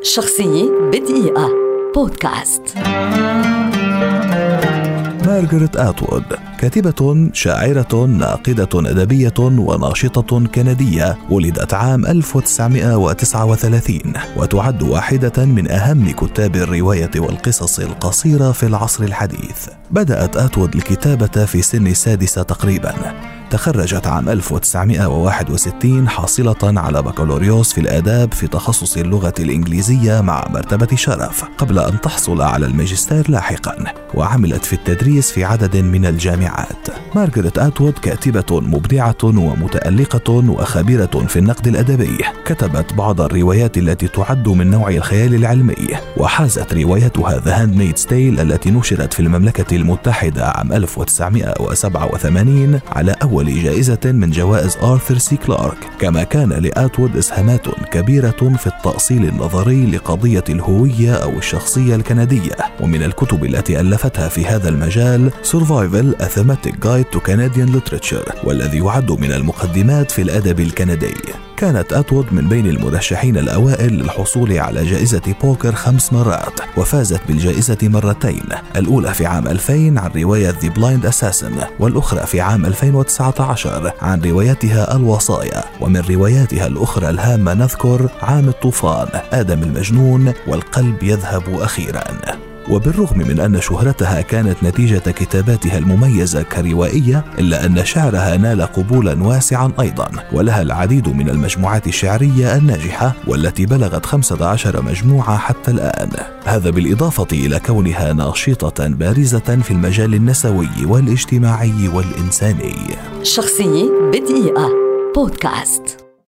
شخصية بدقيقة بودكاست. مارغريت آتوود كاتبة شاعرة ناقدة أدبية وناشطة كندية، ولدت عام 1939 وتعد واحدة من أهم كتاب الرواية والقصص القصيرة في العصر الحديث. بدأت آتوود الكتابة في سن السادسة تقريبا. تخرجت عام 1961 حاصلة على بكالوريوس في الآداب في تخصص اللغة الإنجليزية مع مرتبة شرف، قبل أن تحصل على الماجستير لاحقا، وعملت في التدريس في عدد من الجامعات. مارغريت آتوود كاتبة مبدعة ومتألقة وخبيرة في النقد الأدبي. كتبت بعض الروايات التي تعد من نوع الخيال العلمي، وحازت روايتها The Handmaid's Tale التي نشرت في المملكة المتحدة عام 1987 على أول جائزة من جوائز آرثر سي كلارك. كما كان لآتوود إسهامات كبيرة في التأصيل النظري لقضية الهوية أو الشخصية الكندية، ومن الكتب التي ألفتها في هذا المجال Survival: A Thematic Guide to Canadian Literature، والذي يعد من المقدمات في الأدب الكندي. كانت آتوود من بين المرشحين الأوائل للحصول على جائزة بوكر 5 مرات، وفازت بالجائزة مرتين، الأولى في عام 2000 عن رواية The Blind Assassin، والأخرى في عام 2019 عن روايتها الوصايا. ومن رواياتها الأخرى الهامة نذكر عام الطوفان، آدم المجنون، والقلب يذهب أخيرا. وبالرغم من أن شهرتها كانت نتيجة كتاباتها المميزة كروائية، إلا أن شعرها نال قبولا واسعا أيضا، ولها العديد من المجموعات الشعرية الناجحة والتي بلغت 15 مجموعة حتى الآن. هذا بالإضافة إلى كونها ناشطة بارزة في المجال النسوي والاجتماعي والإنساني. شخصية بدقيقة بودكاست.